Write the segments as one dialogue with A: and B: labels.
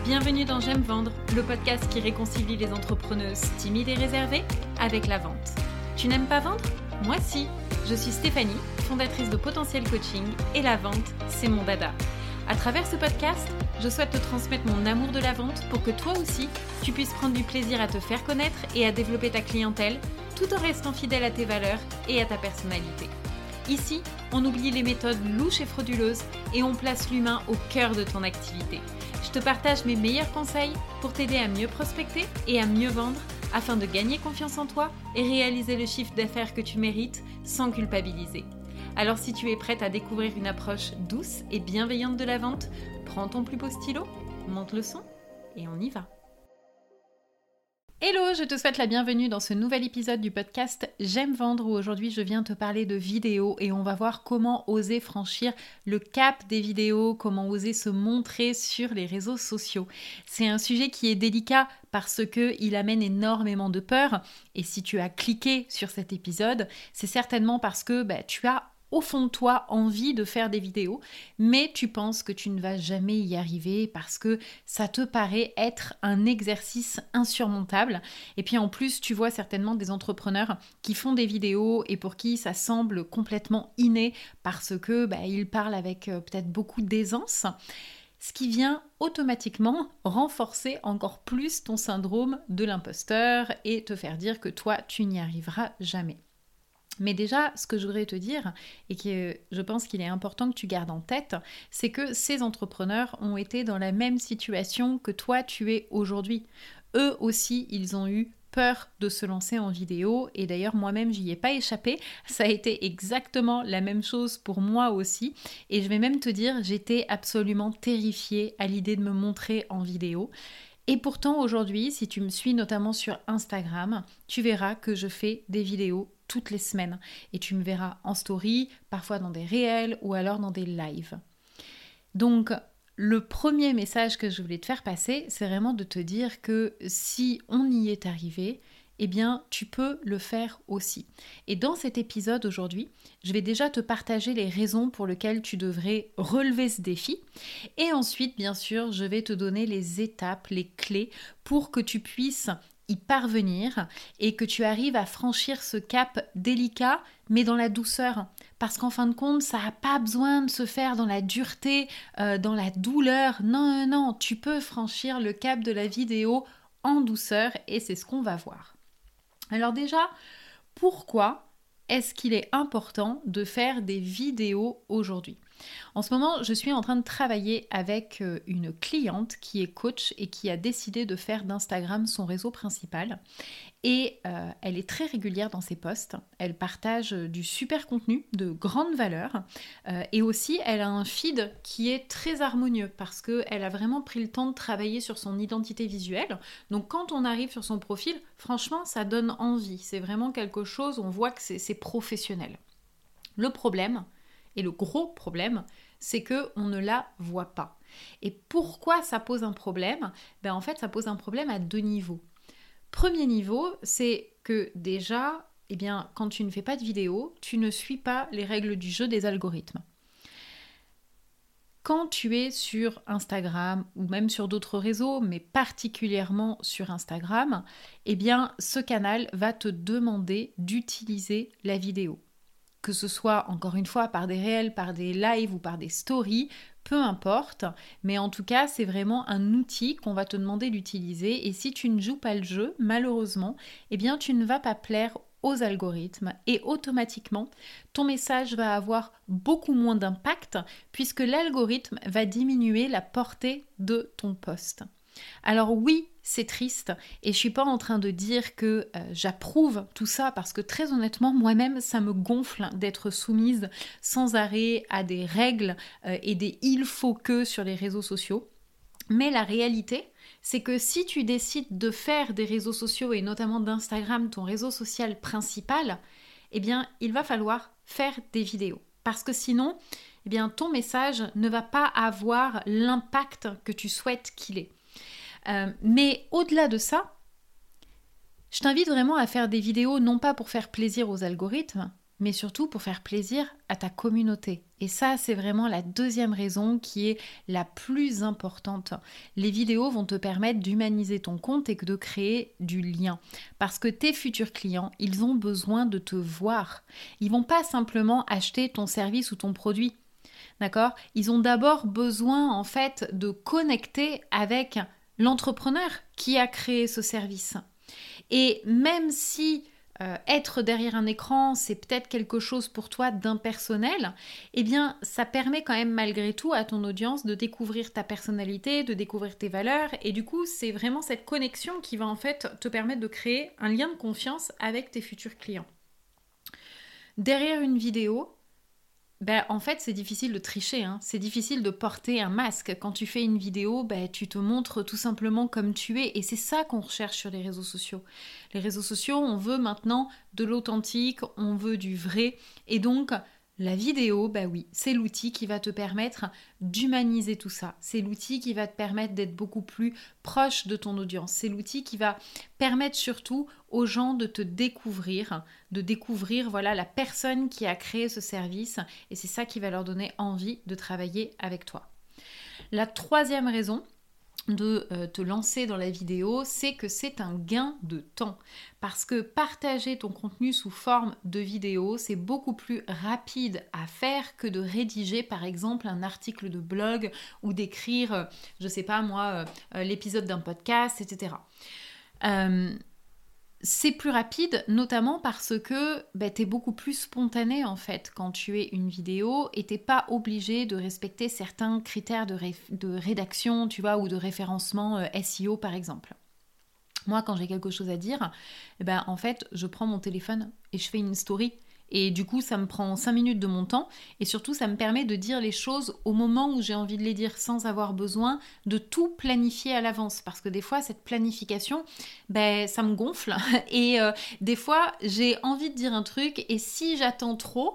A: Bienvenue dans J'aime vendre, le podcast qui réconcilie les entrepreneuses timides et réservées avec la vente. Tu n'aimes pas vendre ? Moi si. Je suis Stéphanie, fondatrice de Potentiel Coaching et la vente, c'est mon dada. À travers ce podcast, je souhaite te transmettre mon amour de la vente pour que toi aussi, tu puisses prendre du plaisir à te faire connaître et à développer ta clientèle tout en restant fidèle à tes valeurs et à ta personnalité. Ici, on oublie les méthodes louches et frauduleuses et on place l'humain au cœur de ton activité. Je te partage mes meilleurs conseils pour t'aider à mieux prospecter et à mieux vendre afin de gagner confiance en toi et réaliser le chiffre d'affaires que tu mérites sans culpabiliser. Alors si tu es prête à découvrir une approche douce et bienveillante de la vente, prends ton plus beau stylo, monte le son et on y va. Hello, je te souhaite la bienvenue dans ce nouvel épisode du podcast J'aime vendre où aujourd'hui je viens te parler de vidéos et on va voir comment oser franchir le cap des vidéos, comment oser se montrer sur les réseaux sociaux. C'est un sujet qui est délicat parce qu'il amène énormément de peur et si tu as cliqué sur cet épisode, c'est certainement parce que tu as au fond de toi envie de faire des vidéos, mais tu penses que tu ne vas jamais y arriver parce que ça te paraît être un exercice insurmontable. Et puis en plus, tu vois certainement des entrepreneurs qui font des vidéos et pour qui ça semble complètement inné parce que ils parlent avec peut-être beaucoup d'aisance, ce qui vient automatiquement renforcer encore plus ton syndrome de l'imposteur et te faire dire que toi, tu n'y arriveras jamais. Mais déjà, ce que je voudrais te dire, et que je pense qu'il est important que tu gardes en tête, c'est que ces entrepreneurs ont été dans la même situation que toi tu es aujourd'hui. Eux aussi, ils ont eu peur de se lancer en vidéo, et d'ailleurs moi-même j'y ai pas échappé, ça a été exactement la même chose pour moi aussi, et je vais même te dire, j'étais absolument terrifiée à l'idée de me montrer en vidéo. Et pourtant aujourd'hui, si tu me suis notamment sur Instagram, tu verras que je fais des vidéos toutes les semaines. Et tu me verras en story, parfois dans des réels ou alors dans des lives. Donc, le premier message que je voulais te faire passer, c'est vraiment de te dire que si on y est arrivé, eh bien, tu peux le faire aussi. Et dans cet épisode aujourd'hui, je vais déjà te partager les raisons pour lesquelles tu devrais relever ce défi. Et ensuite, bien sûr, je vais te donner les étapes, les clés pour que tu puisses y parvenir et que tu arrives à franchir ce cap délicat, mais dans la douceur. Parce qu'en fin de compte, ça n'a pas besoin de se faire dans la dureté, dans la douleur. Non, tu peux franchir le cap de la vidéo en douceur et c'est ce qu'on va voir. Alors déjà, pourquoi est-ce qu'il est important de faire des vidéos aujourd'hui ? En ce moment, je suis en train de travailler avec une cliente qui est coach et qui a décidé de faire d'Instagram son réseau principal. Et elle est très régulière dans ses posts. Elle partage du super contenu de grande valeur. Et aussi, elle a un feed qui est très harmonieux parce qu'elle a vraiment pris le temps de travailler sur son identité visuelle. Donc quand on arrive sur son profil, franchement, ça donne envie. C'est vraiment quelque chose, on voit que c'est professionnel. Le problème, et le gros problème, c'est qu'on ne la voit pas. Et pourquoi ça pose un problème ? En fait, ça pose un problème à deux niveaux. Premier niveau, c'est que déjà, quand tu ne fais pas de vidéo, tu ne suis pas les règles du jeu des algorithmes. Quand tu es sur Instagram ou même sur d'autres réseaux, mais particulièrement sur Instagram, ce canal va te demander d'utiliser la vidéo. Que ce soit, encore une fois, par des réels, par des lives ou par des stories, peu importe. Mais en tout cas, c'est vraiment un outil qu'on va te demander d'utiliser. Et si tu ne joues pas le jeu, malheureusement, tu ne vas pas plaire aux algorithmes. Et automatiquement, ton message va avoir beaucoup moins d'impact puisque l'algorithme va diminuer la portée de ton post. Alors oui, c'est triste et je ne suis pas en train de dire que j'approuve tout ça parce que très honnêtement, moi-même, ça me gonfle d'être soumise sans arrêt à des règles et des il faut que sur les réseaux sociaux. Mais la réalité, c'est que si tu décides de faire des réseaux sociaux et notamment d'Instagram, ton réseau social principal, il va falloir faire des vidéos. Parce que sinon, ton message ne va pas avoir l'impact que tu souhaites qu'il ait. Mais au-delà de ça, je t'invite vraiment à faire des vidéos non pas pour faire plaisir aux algorithmes, mais surtout pour faire plaisir à ta communauté. Et ça, c'est vraiment la deuxième raison qui est la plus importante. Les vidéos vont te permettre d'humaniser ton compte et de créer du lien. Parce que tes futurs clients, ils ont besoin de te voir. Ils vont pas simplement acheter ton service ou ton produit. D'accord ? Ils ont d'abord besoin, en fait, de connecter avec l'entrepreneur qui a créé ce service. Et même si être derrière un écran, c'est peut-être quelque chose pour toi d'impersonnel, eh bien, ça permet quand même malgré tout à ton audience de découvrir ta personnalité, de découvrir tes valeurs. Et du coup, c'est vraiment cette connexion qui va en fait te permettre de créer un lien de confiance avec tes futurs clients. Derrière une vidéo, en fait, c'est difficile de tricher, hein. C'est difficile de porter un masque. Quand tu fais une vidéo, tu te montres tout simplement comme tu es. Et c'est ça qu'on recherche sur les réseaux sociaux. Les réseaux sociaux, on veut maintenant de l'authentique, on veut du vrai. Et donc, la vidéo, oui, c'est l'outil qui va te permettre d'humaniser tout ça. C'est l'outil qui va te permettre d'être beaucoup plus proche de ton audience. C'est l'outil qui va permettre surtout aux gens de te découvrir, voilà, la personne qui a créé ce service. Et c'est ça qui va leur donner envie de travailler avec toi. La troisième raison de te lancer dans la vidéo, c'est que c'est un gain de temps. Parce que partager ton contenu sous forme de vidéo, c'est beaucoup plus rapide à faire que de rédiger par exemple un article de blog ou d'écrire, l'épisode d'un podcast, etc. C'est plus rapide, notamment parce que tu es beaucoup plus spontané en fait quand tu es une vidéo et t'es pas obligé de respecter certains critères de rédaction, tu vois, ou de référencement SEO par exemple. Moi, quand j'ai quelque chose à dire, en fait, je prends mon téléphone et je fais une story. Et du coup, ça me prend 5 minutes de mon temps et surtout, ça me permet de dire les choses au moment où j'ai envie de les dire sans avoir besoin de tout planifier à l'avance. Parce que des fois, cette planification, ça me gonfle et des fois, j'ai envie de dire un truc et si j'attends trop,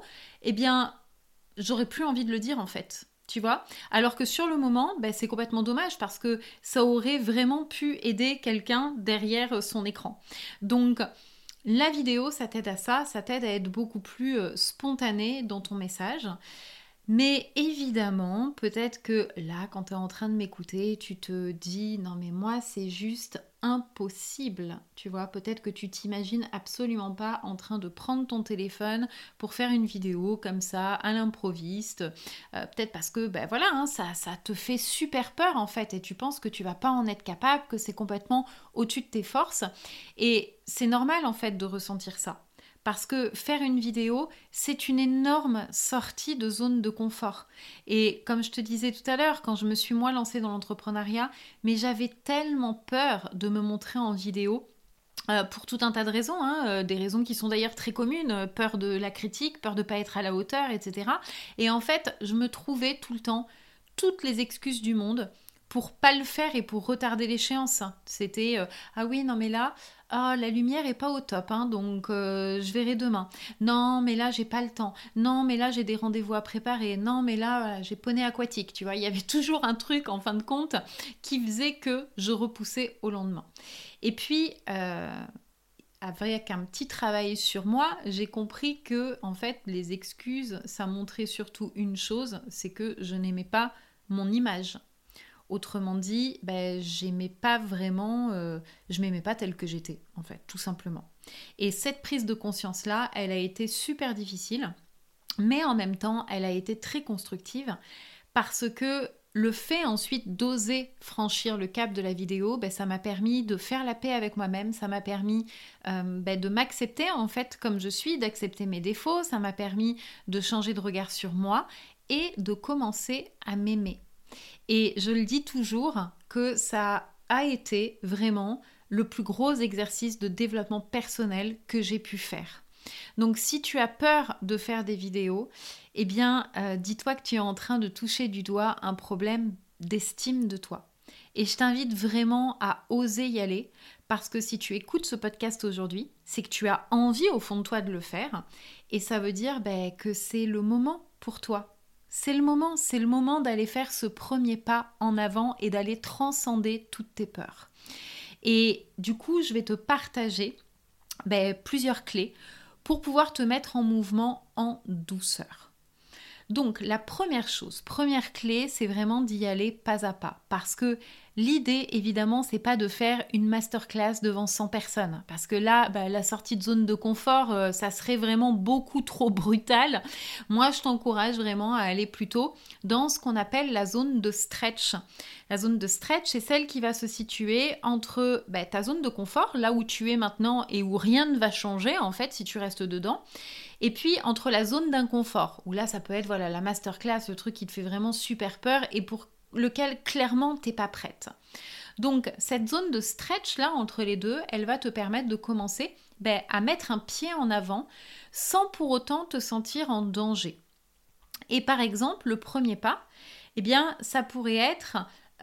A: j'aurais plus envie de le dire en fait. Tu vois ? Alors que sur le moment, c'est complètement dommage parce que ça aurait vraiment pu aider quelqu'un derrière son écran. Donc, la vidéo, ça t'aide à ça t'aide à être beaucoup plus spontané dans ton message. Mais évidemment, peut-être que là, quand tu es en train de m'écouter, tu te dis « Non mais moi, c'est juste impossible ». Tu vois, peut-être que tu t'imagines absolument pas en train de prendre ton téléphone pour faire une vidéo comme ça, à l'improviste. Peut-être parce que, ça te fait super peur en fait et tu penses que tu vas pas en être capable, que c'est complètement au-dessus de tes forces. Et c'est normal en fait de ressentir ça. Parce que faire une vidéo, c'est une énorme sortie de zone de confort. Et comme je te disais tout à l'heure, quand je me suis moi lancée dans l'entrepreneuriat, mais j'avais tellement peur de me montrer en vidéo pour tout un tas de raisons, des raisons qui sont d'ailleurs très communes, peur de la critique, peur de ne pas être à la hauteur, etc. Et en fait, je me trouvais tout le temps toutes les excuses du monde pour pas le faire et pour retarder l'échéance. C'était ah oui, non mais là, la lumière est pas au top, donc je verrai demain. Non, mais là, j'ai pas le temps. Non, mais là, j'ai des rendez-vous à préparer. Non, mais là, voilà, j'ai poney aquatique. Tu vois, il y avait toujours un truc, en fin de compte, qui faisait que je repoussais au lendemain. Et puis, avec un petit travail sur moi, j'ai compris que, en fait, les excuses, ça montrait surtout une chose, c'est que je n'aimais pas mon image. Autrement dit, j'aimais pas vraiment, je m'aimais pas telle que j'étais, en fait, tout simplement. Et cette prise de conscience-là, elle a été super difficile, mais en même temps, elle a été très constructive parce que le fait ensuite d'oser franchir le cap de la vidéo, ça m'a permis de faire la paix avec moi-même, ça m'a permis de m'accepter en fait comme je suis, d'accepter mes défauts, ça m'a permis de changer de regard sur moi et de commencer à m'aimer. Et je le dis toujours que ça a été vraiment le plus gros exercice de développement personnel que j'ai pu faire. Donc si tu as peur de faire des vidéos, dis-toi que tu es en train de toucher du doigt un problème d'estime de toi. Et je t'invite vraiment à oser y aller parce que si tu écoutes ce podcast aujourd'hui, c'est que tu as envie au fond de toi de le faire et ça veut dire que c'est le moment pour toi. C'est le moment d'aller faire ce premier pas en avant et d'aller transcender toutes tes peurs. Et du coup, je vais te partager plusieurs clés pour pouvoir te mettre en mouvement en douceur. Donc la première chose, première clé, c'est vraiment d'y aller pas à pas. Parce que l'idée, évidemment, c'est pas de faire une masterclass devant 100 personnes. Parce que là, la sortie de zone de confort, ça serait vraiment beaucoup trop brutal. Moi, je t'encourage vraiment à aller plutôt dans ce qu'on appelle la zone de stretch. La zone de stretch, c'est celle qui va se situer entre ta zone de confort, là où tu es maintenant et où rien ne va changer, en fait, si tu restes dedans. Et puis entre la zone d'inconfort, où là ça peut être la masterclass, le truc qui te fait vraiment super peur et pour lequel clairement t'es pas prête. Donc cette zone de stretch là entre les deux, elle va te permettre de commencer à mettre un pied en avant sans pour autant te sentir en danger. Et par exemple, le premier pas, ça pourrait être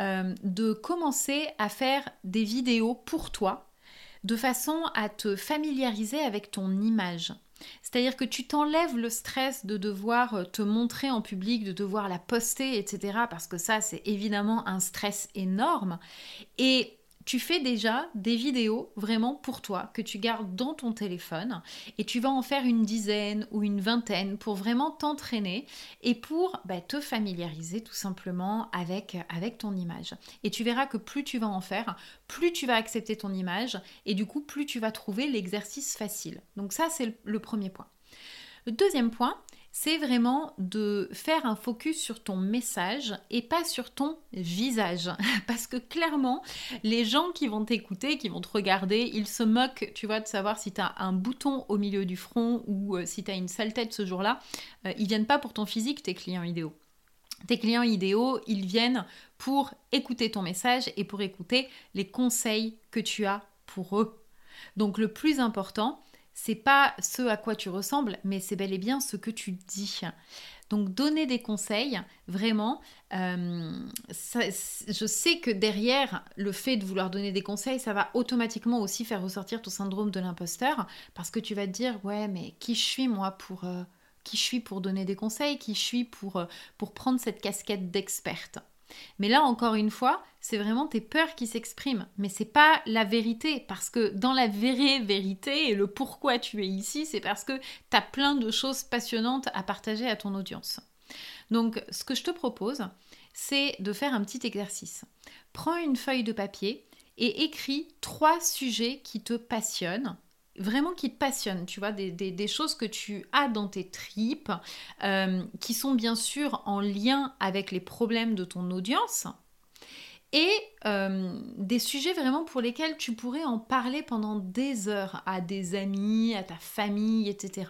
A: de commencer à faire des vidéos pour toi, de façon à te familiariser avec ton image. C'est-à-dire que tu t'enlèves le stress de devoir te montrer en public, de devoir la poster, etc. Parce que ça, c'est évidemment un stress énorme. Et tu fais déjà des vidéos vraiment pour toi que tu gardes dans ton téléphone et tu vas en faire une dizaine ou une vingtaine pour vraiment t'entraîner et pour te familiariser tout simplement avec ton image. Et tu verras que plus tu vas en faire, plus tu vas accepter ton image et du coup plus tu vas trouver l'exercice facile. Donc ça c'est le premier point. Le deuxième point, c'est vraiment de faire un focus sur ton message et pas sur ton visage. Parce que clairement, les gens qui vont t'écouter, qui vont te regarder, ils se moquent, tu vois, de savoir si tu as un bouton au milieu du front ou si tu as une sale tête ce jour-là. Ils viennent pas pour ton physique, tes clients idéaux. Tes clients idéaux, ils viennent pour écouter ton message et pour écouter les conseils que tu as pour eux. Donc le plus important, c'est pas ce à quoi tu ressembles, mais c'est bel et bien ce que tu dis. Donc donner des conseils, vraiment, je sais que derrière le fait de vouloir donner des conseils, ça va automatiquement aussi faire ressortir ton syndrome de l'imposteur, parce que tu vas te dire, ouais, mais qui je suis moi pour donner des conseils, qui je suis pour prendre cette casquette d'experte. Mais là, encore une fois, c'est vraiment tes peurs qui s'expriment. Mais c'est pas la vérité, parce que dans la vraie vérité et le pourquoi tu es ici, c'est parce que tu as plein de choses passionnantes à partager à ton audience. Donc, ce que je te propose, c'est de faire un petit exercice. Prends une feuille de papier et écris 3 sujets qui te passionnent. Vraiment qui te passionnent, tu vois, des choses que tu as dans tes tripes, qui sont bien sûr en lien avec les problèmes de ton audience, et des sujets vraiment pour lesquels tu pourrais en parler pendant des heures à des amis, à ta famille, etc.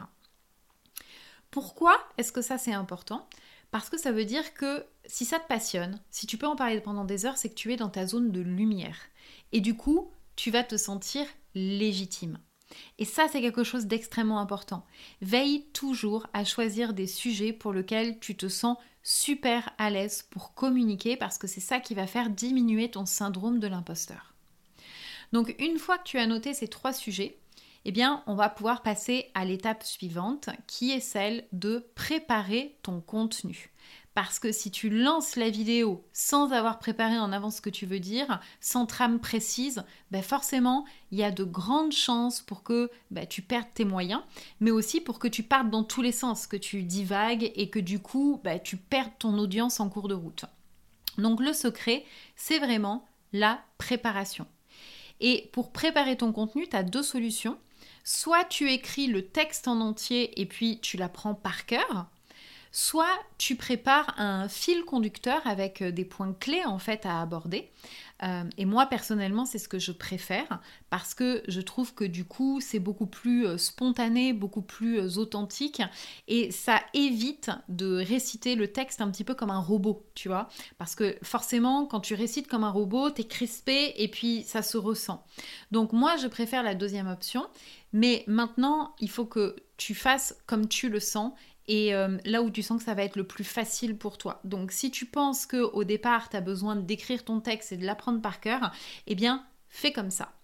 A: Pourquoi est-ce que ça c'est important ? Parce que ça veut dire que si ça te passionne, si tu peux en parler pendant des heures, c'est que tu es dans ta zone de lumière. Et du coup, tu vas te sentir légitime. Et ça, c'est quelque chose d'extrêmement important. Veille toujours à choisir des sujets pour lesquels tu te sens super à l'aise pour communiquer parce que c'est ça qui va faire diminuer ton syndrome de l'imposteur. Donc, une fois que tu as noté ces 3 sujets, on va pouvoir passer à l'étape suivante qui est celle de préparer ton contenu. Parce que si tu lances la vidéo sans avoir préparé en avance ce que tu veux dire, sans trame précise, forcément, il y a de grandes chances pour que tu perdes tes moyens, mais aussi pour que tu partes dans tous les sens, que tu divagues et que du coup, tu perdes ton audience en cours de route. Donc le secret, c'est vraiment la préparation. Et pour préparer ton contenu, tu as 2 solutions. Soit tu écris le texte en entier et puis tu l'apprends par cœur, soit tu prépares un fil conducteur avec des points clés en fait à aborder. Et moi personnellement c'est ce que je préfère parce que je trouve que du coup c'est beaucoup plus spontané, beaucoup plus authentique et ça évite de réciter le texte un petit peu comme un robot, tu vois. Parce que forcément quand tu récites comme un robot, t'es crispé et puis ça se ressent. Donc moi je préfère la deuxième option, mais maintenant il faut que tu fasses comme tu le sens et là où tu sens que ça va être le plus facile pour toi. Donc si tu penses qu'au départ, tu as besoin d'écrire ton texte et de l'apprendre par cœur, fais comme ça.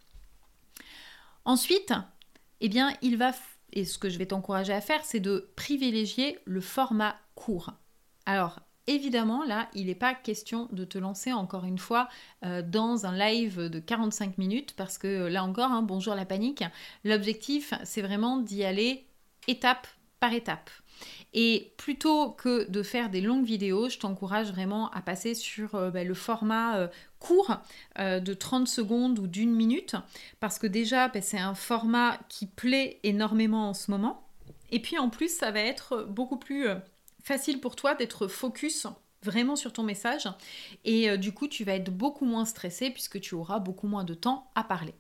A: Ensuite, et ce que je vais t'encourager à faire, c'est de privilégier le format court. Alors, évidemment, là, il n'est pas question de te lancer encore une fois dans un live de 45 minutes parce que là encore, bonjour la panique, l'objectif, c'est vraiment d'y aller étape par étape. Et plutôt que de faire des longues vidéos, je t'encourage vraiment à passer sur le format court de 30 secondes ou d'1 minute, parce que déjà, c'est un format qui plaît énormément en ce moment. Et puis en plus, ça va être beaucoup plus facile pour toi d'être focus vraiment sur ton message. Et du coup, tu vas être beaucoup moins stressé puisque tu auras beaucoup moins de temps à parler.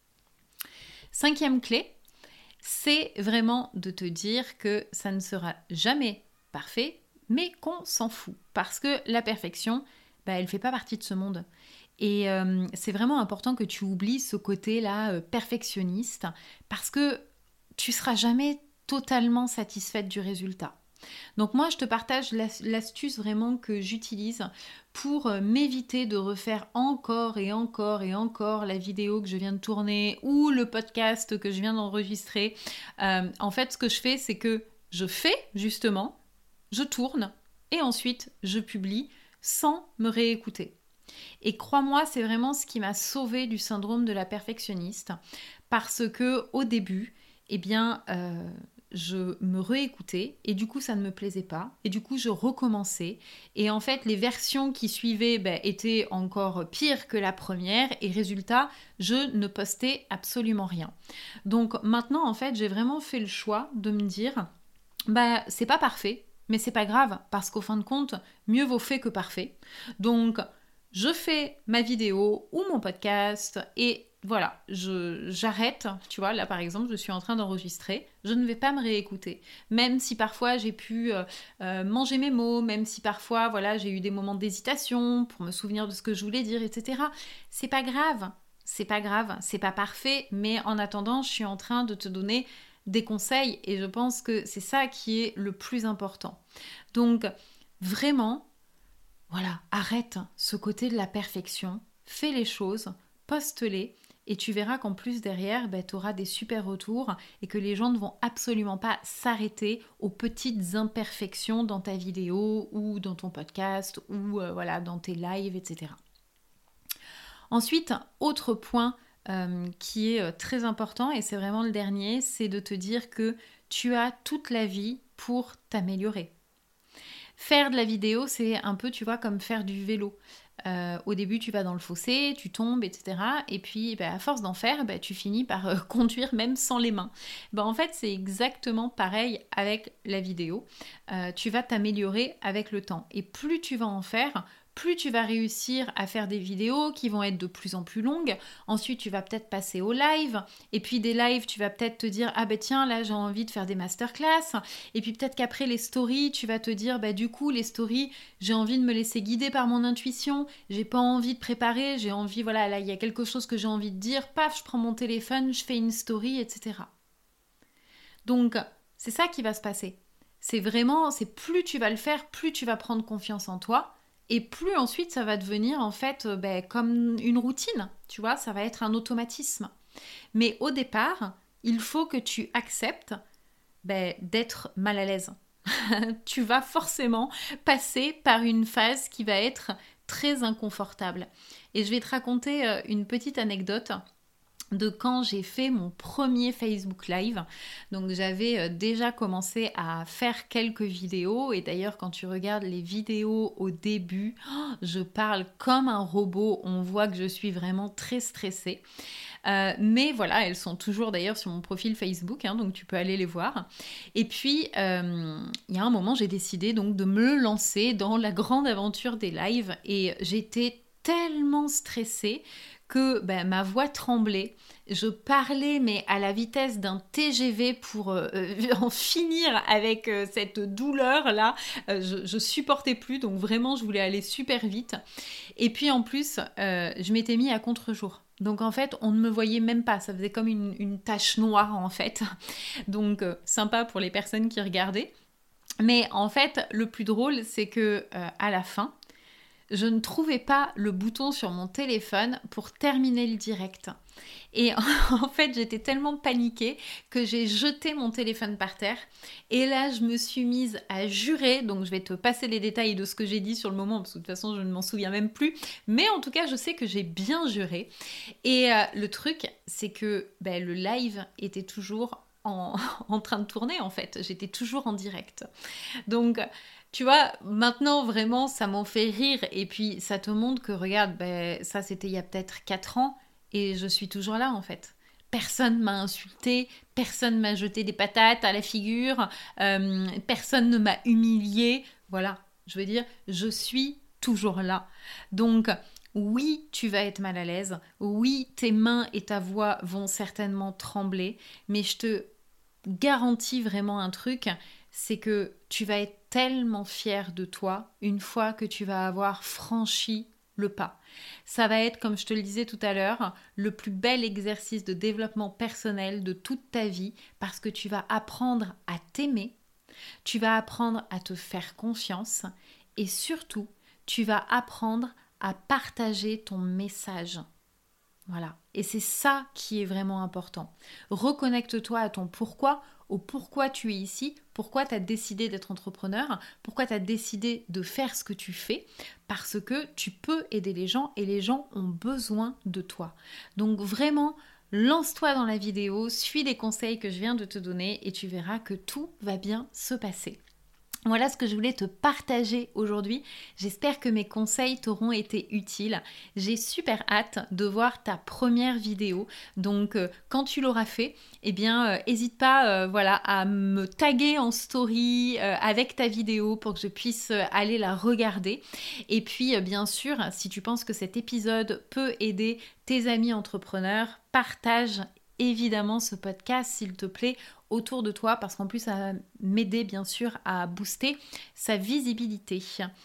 A: 5e clé, c'est vraiment de te dire que ça ne sera jamais parfait, mais qu'on s'en fout. Parce que la perfection, elle ne fait pas partie de ce monde. Et c'est vraiment important que tu oublies ce côté-là perfectionniste, parce que tu ne seras jamais totalement satisfaite du résultat. Donc moi, je te partage l'astuce vraiment que j'utilise pour m'éviter de refaire encore et encore et encore la vidéo que je viens de tourner ou le podcast que je viens d'enregistrer. En fait, ce que je fais, c'est que je fais justement, je tourne et ensuite je publie sans me réécouter. Et crois-moi, c'est vraiment ce qui m'a sauvée du syndrome de la perfectionniste, parce que au début, je me réécoutais et du coup ça ne me plaisait pas et du coup je recommençais et en fait les versions qui suivaient étaient encore pires que la première et résultat je ne postais absolument rien. Donc maintenant en fait j'ai vraiment fait le choix de me dire c'est pas parfait mais c'est pas grave parce qu'au fin de compte mieux vaut fait que parfait. Donc je fais ma vidéo ou mon podcast et voilà, j'arrête, tu vois, là par exemple, je suis en train d'enregistrer, je ne vais pas me réécouter. Même si parfois j'ai pu manger mes mots, même si parfois, voilà, j'ai eu des moments d'hésitation pour me souvenir de ce que je voulais dire, etc. C'est pas grave, c'est pas parfait, mais en attendant, je suis en train de te donner des conseils et je pense que c'est ça qui est le plus important. Donc, vraiment, voilà, arrête ce côté de la perfection, fais les choses, poste-les et tu verras qu'en plus derrière, tu auras des super retours et que les gens ne vont absolument pas s'arrêter aux petites imperfections dans ta vidéo ou dans ton podcast ou dans tes lives, etc. Ensuite, autre point qui est très important et c'est vraiment le dernier, c'est de te dire que tu as toute la vie pour t'améliorer. Faire de la vidéo, c'est un peu, tu vois, comme faire du vélo. Au début, tu vas dans le fossé, tu tombes, etc. Et puis, à force d'en faire, tu finis par conduire même sans les mains. En fait, c'est exactement pareil avec la vidéo. Tu vas t'améliorer avec le temps. Et plus tu vas en faire, plus tu vas réussir à faire des vidéos qui vont être de plus en plus longues. Ensuite, tu vas peut-être passer au live. Et puis des lives, tu vas peut-être te dire « Ah tiens, là j'ai envie de faire des masterclass. » Et puis peut-être qu'après les stories, tu vas te dire « Du coup, les stories, j'ai envie de me laisser guider par mon intuition. J'ai pas envie de préparer. J'ai envie, voilà, là il y a quelque chose que j'ai envie de dire. Paf, je prends mon téléphone, je fais une story, etc. » Donc, c'est ça qui va se passer. C'est plus tu vas le faire, plus tu vas prendre confiance en toi. Et plus ensuite, ça va devenir en fait comme une routine, tu vois, ça va être un automatisme. Mais au départ, il faut que tu acceptes d'être mal à l'aise. Tu vas forcément passer par une phase qui va être très inconfortable. Et je vais te raconter une petite anecdote de quand j'ai fait mon premier Facebook Live. Donc j'avais déjà commencé à faire quelques vidéos et d'ailleurs quand tu regardes les vidéos au début, je parle comme un robot, on voit que je suis vraiment très stressée. Mais voilà, elles sont toujours d'ailleurs sur mon profil Facebook, donc tu peux aller les voir. Et puis, il y a un moment, j'ai décidé donc de me lancer dans la grande aventure des lives et j'étais tellement stressée que ma voix tremblait. Je parlais mais à la vitesse d'un TGV pour en finir avec cette douleur-là. Je supportais plus, donc vraiment je voulais aller super vite. Et puis en plus, je m'étais mis à contre-jour. Donc en fait, on ne me voyait même pas. Ça faisait comme une tache noire en fait. Donc sympa pour les personnes qui regardaient. Mais en fait, le plus drôle, c'est que à la fin, je ne trouvais pas le bouton sur mon téléphone pour terminer le direct. Et en fait, j'étais tellement paniquée que j'ai jeté mon téléphone par terre. Et là, je me suis mise à jurer. Donc, je vais te passer les détails de ce que j'ai dit sur le moment, parce que de toute façon, je ne m'en souviens même plus. Mais en tout cas, je sais que j'ai bien juré. Et le truc, c'est que le live était toujours en, en train de tourner en fait, j'étais toujours en direct. Donc, tu vois, maintenant vraiment ça m'en fait rire et puis ça te montre que regarde, ben, ça c'était il y a peut-être 4 ans et je suis toujours là en fait. Personne m'a insulté, personne m'a jeté des patates à la figure, personne ne m'a humilié. Voilà, je veux dire, je suis toujours là. Donc, oui, tu vas être mal à l'aise. Oui, tes mains et ta voix vont certainement trembler. Mais je te garantis vraiment un truc, c'est que tu vas être tellement fier de toi une fois que tu vas avoir franchi le pas. Ça va être, comme je te le disais tout à l'heure, le plus bel exercice de développement personnel de toute ta vie parce que tu vas apprendre à t'aimer, tu vas apprendre à te faire confiance et surtout, tu vas apprendre à partager ton message. Voilà. Et c'est ça qui est vraiment important. Reconnecte-toi à ton pourquoi, au pourquoi tu es ici, pourquoi tu as décidé d'être entrepreneur, pourquoi tu as décidé de faire ce que tu fais, parce que tu peux aider les gens et les gens ont besoin de toi. Donc vraiment, lance-toi dans la vidéo, suis les conseils que je viens de te donner et tu verras que tout va bien se passer. Voilà ce que je voulais te partager aujourd'hui. J'espère que mes conseils t'auront été utiles. J'ai super hâte de voir ta première vidéo. Donc quand tu l'auras fait, eh bien n'hésite pas voilà, à me taguer en story avec ta vidéo pour que je puisse aller la regarder. Et puis bien sûr, si tu penses que cet épisode peut aider tes amis entrepreneurs, partage évidemment ce podcast s'il te plaît autour de toi parce qu'en plus ça va m'aider bien sûr à booster sa visibilité.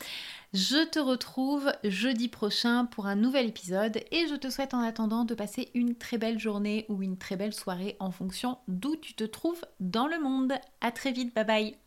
A: Je te retrouve jeudi prochain pour un nouvel épisode et je te souhaite en attendant de passer une très belle journée ou une très belle soirée en fonction d'où tu te trouves dans le monde. À très vite, bye bye.